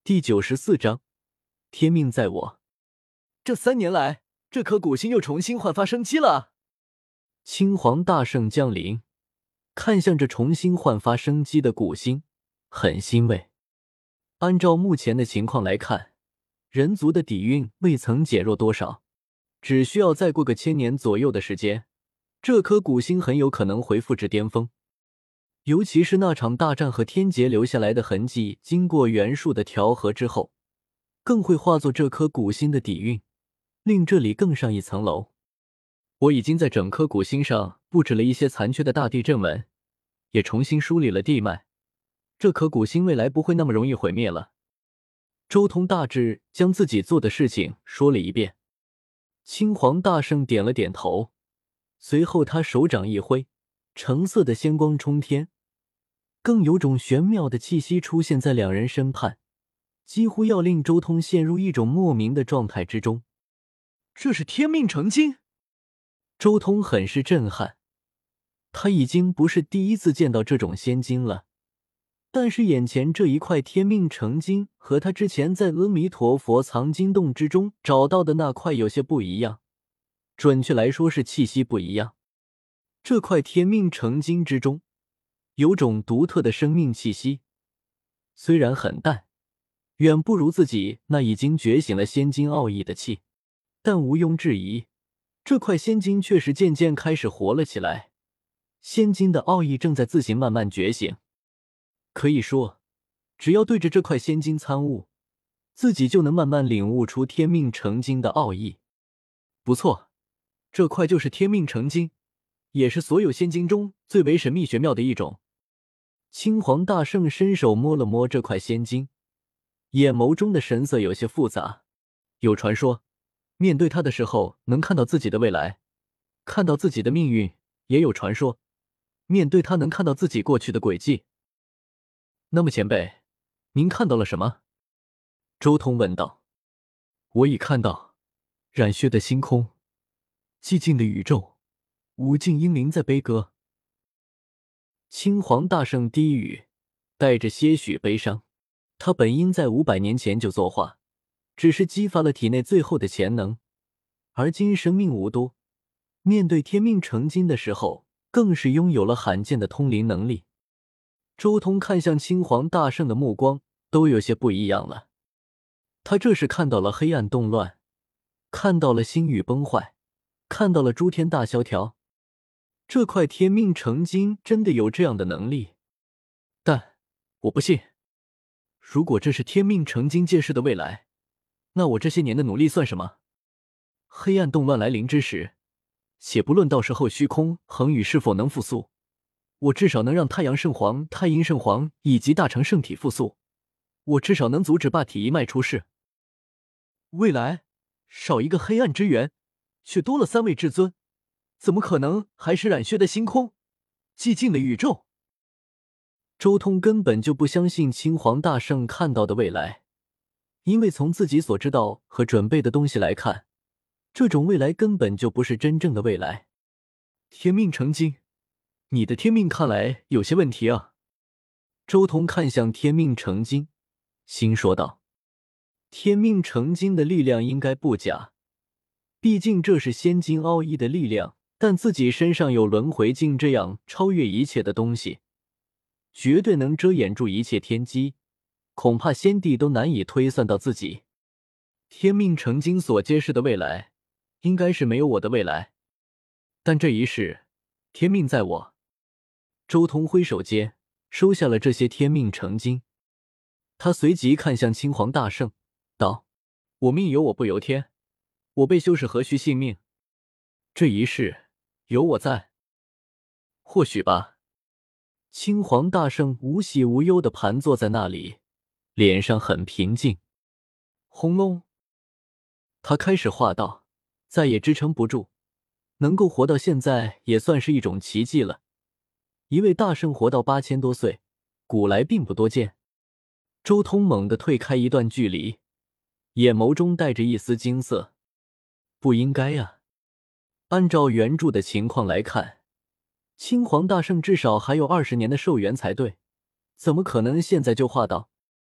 第94章，天命在我。 这3年来，这颗古星又重新焕发生机了。 青黄大圣降临，看向这重新焕发生机的古星，很欣慰。按照目前的情况来看，人族的底蕴未曾减弱多少，只需要再过个1000年左右的时间，这颗古星很有可能恢复至巅峰。尤其是那场大战和天劫留下来的痕迹，经过元素的调和之后，更会化作这颗古星的底蕴，令这里更上一层楼。我已经在整颗古星上布置了一些残缺的大地阵纹，也重新梳理了地脉，这颗古星未来不会那么容易毁灭了。周通大致将自己做的事情说了一遍，青黄大圣点了点头，随后他手掌一挥，橙色的仙光冲天，更有种玄妙的气息出现在两人身畔，几乎要令周通陷入一种莫名的状态之中。 这是天命成精！ 周通很是震撼，他已经不是第一次见到这种仙晶了，但是眼前这一块天命成晶和他之前在阿弥陀佛藏经洞之中找到的那块有些不一样，准确来说是气息不一样。这块天命成晶之中有种独特的生命气息，虽然很淡，远不如自己那已经觉醒了仙金奥义的气，但毋庸置疑，这块仙金确实渐渐开始活了起来，仙金的奥义正在自行慢慢觉醒。可以说，只要对着这块仙金参悟，自己就能慢慢领悟出天命成金的奥义。不错，这块就是天命成金，也是所有仙金中最为神秘玄妙的一种。青黄大圣伸手摸了摸这块仙金，眼眸中的神色有些复杂。有传说，面对它的时候能看到自己的未来，看到自己的命运；也有传说，面对它能看到自己过去的轨迹。那么前辈，您看到了什么？周通问道。我已看到染血的星空，寂静的宇宙，无尽英灵在悲歌。青黄大圣低语，带着些许悲伤。他本应在500年前就作画，只是激发了体内最后的潜能，而今生命无多，面对天命成金的时候，更是拥有了罕见的通灵能力。周通看向青黄大圣的目光都有些不一样了，他这是看到了黑暗动乱，看到了星宇崩坏，看到了诸天大萧条。这块天命成金真的有这样的能力？但我不信，如果这是天命成金借势的未来，那我这些年的努力算什么？黑暗动乱来临之时，且不论到时候虚空恒宇是否能复苏，我至少能让太阳圣皇、太阴圣皇以及大成圣体复苏，我至少能阻止霸体一脉出世。未来少一个黑暗之源，却多了3位至尊，怎么可能还是染血的星空，寂静的宇宙？周通根本就不相信青黄大圣看到的未来，因为从自己所知道和准备的东西来看，这种未来根本就不是真正的未来。天命成精，你的天命看来有些问题啊。周通看向天命成精，心说道。天命成精的力量应该不假，毕竟这是仙金奥义的力量，但自己身上有轮回镜这样超越一切的东西，绝对能遮掩住一切天机，恐怕先帝都难以推算到自己。天命成精所揭示的未来，应该是没有我的未来，但这一世，天命在我。周通挥手间收下了这些天命成精，他随即看向青黄大圣，道：我命由我不由天，我被修士何须信命？这一世有我在。或许吧。青黄大圣无喜无忧地盘坐在那里，脸上很平静。轰隆，他开始画道，再也支撑不住，能够活到现在也算是一种奇迹了。一位大圣活到8000多岁，古来并不多见。周通猛地退开一段距离，眼眸中带着一丝惊色。不应该呀，按照原著的情况来看，青黄大圣至少还有20年的寿元才对，怎么可能现在就画到？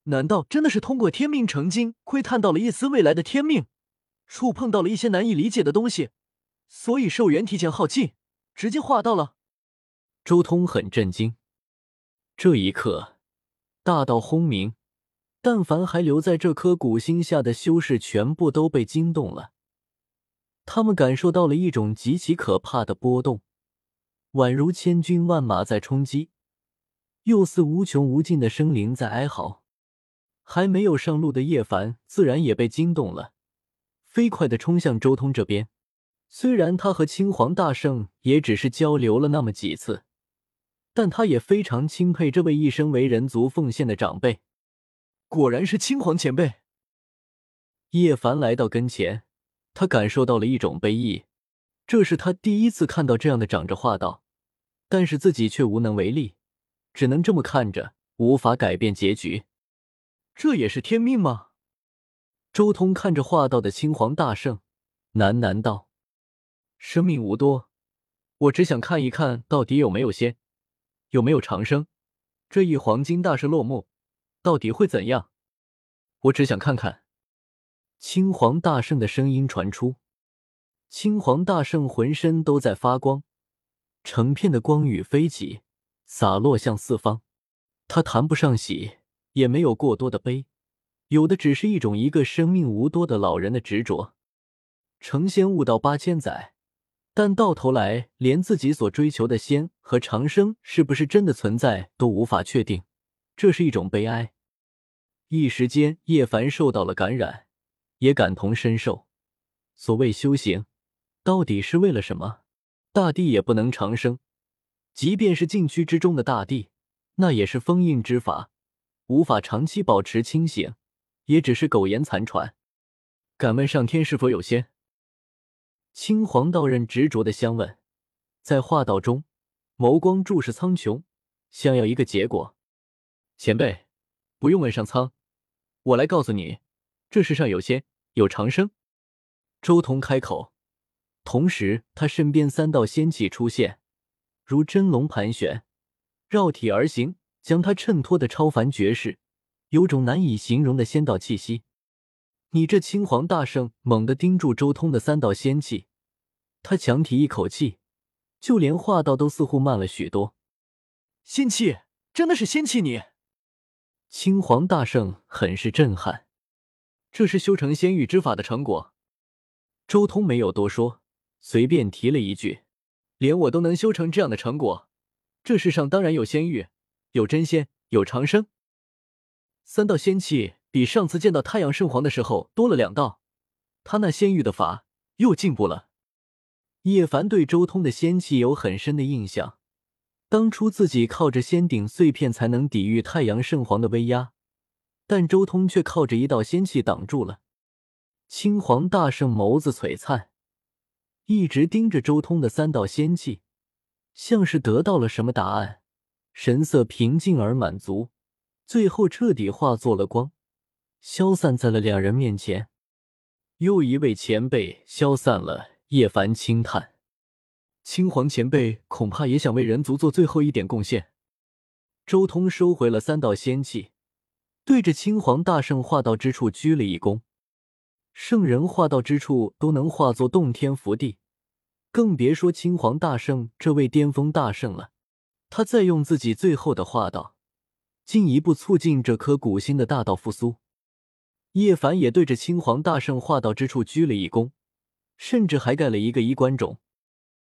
难道真的是通过天命成精，窥探到了一丝未来的天命，触碰到了一些难以理解的东西，所以寿元提前耗尽，直接化到了？ 周通很震惊。这一刻，大道轰鸣，但凡还留在这颗古星下的修士全部都被惊动了。他们感受到了一种极其可怕的波动，宛如千军万马在冲击，又似无穷无尽的生灵在哀嚎。还没有上路的叶凡自然也被惊动了，飞快地冲向周通这边。虽然他和青黄大圣也只是交流了那么几次，但他也非常钦佩这位一生为人族奉献的长辈。 果然是青黄前辈。 叶凡来到跟前，他感受到了一种悲意，这是他第一次看到这样的长者化道，但是自己却无能为力，只能这么看着，无法改变结局。 这也是天命吗？ 周通看着化道的青黄大圣，喃喃道：生命无多，我只想看一看到底有没有仙，有没有长生，这一黄金大圣落幕，到底会怎样？我只想看看。青黄大圣的声音传出，青黄大圣浑身都在发光，成片的光雨飞起，洒落向四方。他谈不上喜，也没有过多的悲，有的只是一种一个生命无多的老人的执着。成仙悟道8000载，但到头来连自己所追求的仙和长生是不是真的存在都无法确定，这是一种悲哀。一时间叶凡受到了感染，也感同身受。所谓修行，到底是为了什么？大地也不能长生，即便是禁区之中的大地，那也是封印之法，无法长期保持清醒，也只是苟延残喘。敢问上天是否有仙？青黄道人执着地相问，在化道中，眸光注视苍穹，想要一个结果。前辈，不用问上苍，我来告诉你，这世上有仙，有长生。周通开口，同时他身边3道仙气出现，如真龙盘旋，绕体而行，将他衬托的超凡绝世，有种难以形容的仙道气息。你这青黄大圣猛地盯住周通的3道仙气，他强提一口气，就连话道都似乎慢了许多。 仙气，真的是仙气你！ 青黄大圣很是震撼，这是修成仙域之法的成果。周通没有多说，随便提了一句， 连我都能修成这样的成果，这世上当然有仙域，有真仙，有长生。3道仙气比上次见到太阳圣皇的时候多了2道，他那仙域的法又进步了。 叶凡对周通的仙气有很深的印象，当初自己靠着仙顶碎片才能抵御太阳圣皇的威压，但周通却靠着1道仙气挡住了。青黄大圣眸子璀璨，一直盯着周通的3道仙气，像是得到了什么答案，神色平静而满足，最后彻底化作了光，消散在了2人面前。又一位前辈消散了，叶凡轻叹， 青黄前辈恐怕也想为人族做最后一点贡献。 周通收回了3道仙气，对着青黄大圣化道之处鞠了一躬。圣人化道之处都能化作洞天福地，更别说青黄大圣这位巅峰大圣了。他再用自己最后的化道，进一步促进这颗古星的大道复苏。叶凡也对着青黄大圣化道之处鞠了一躬，甚至还盖了一个衣冠冢。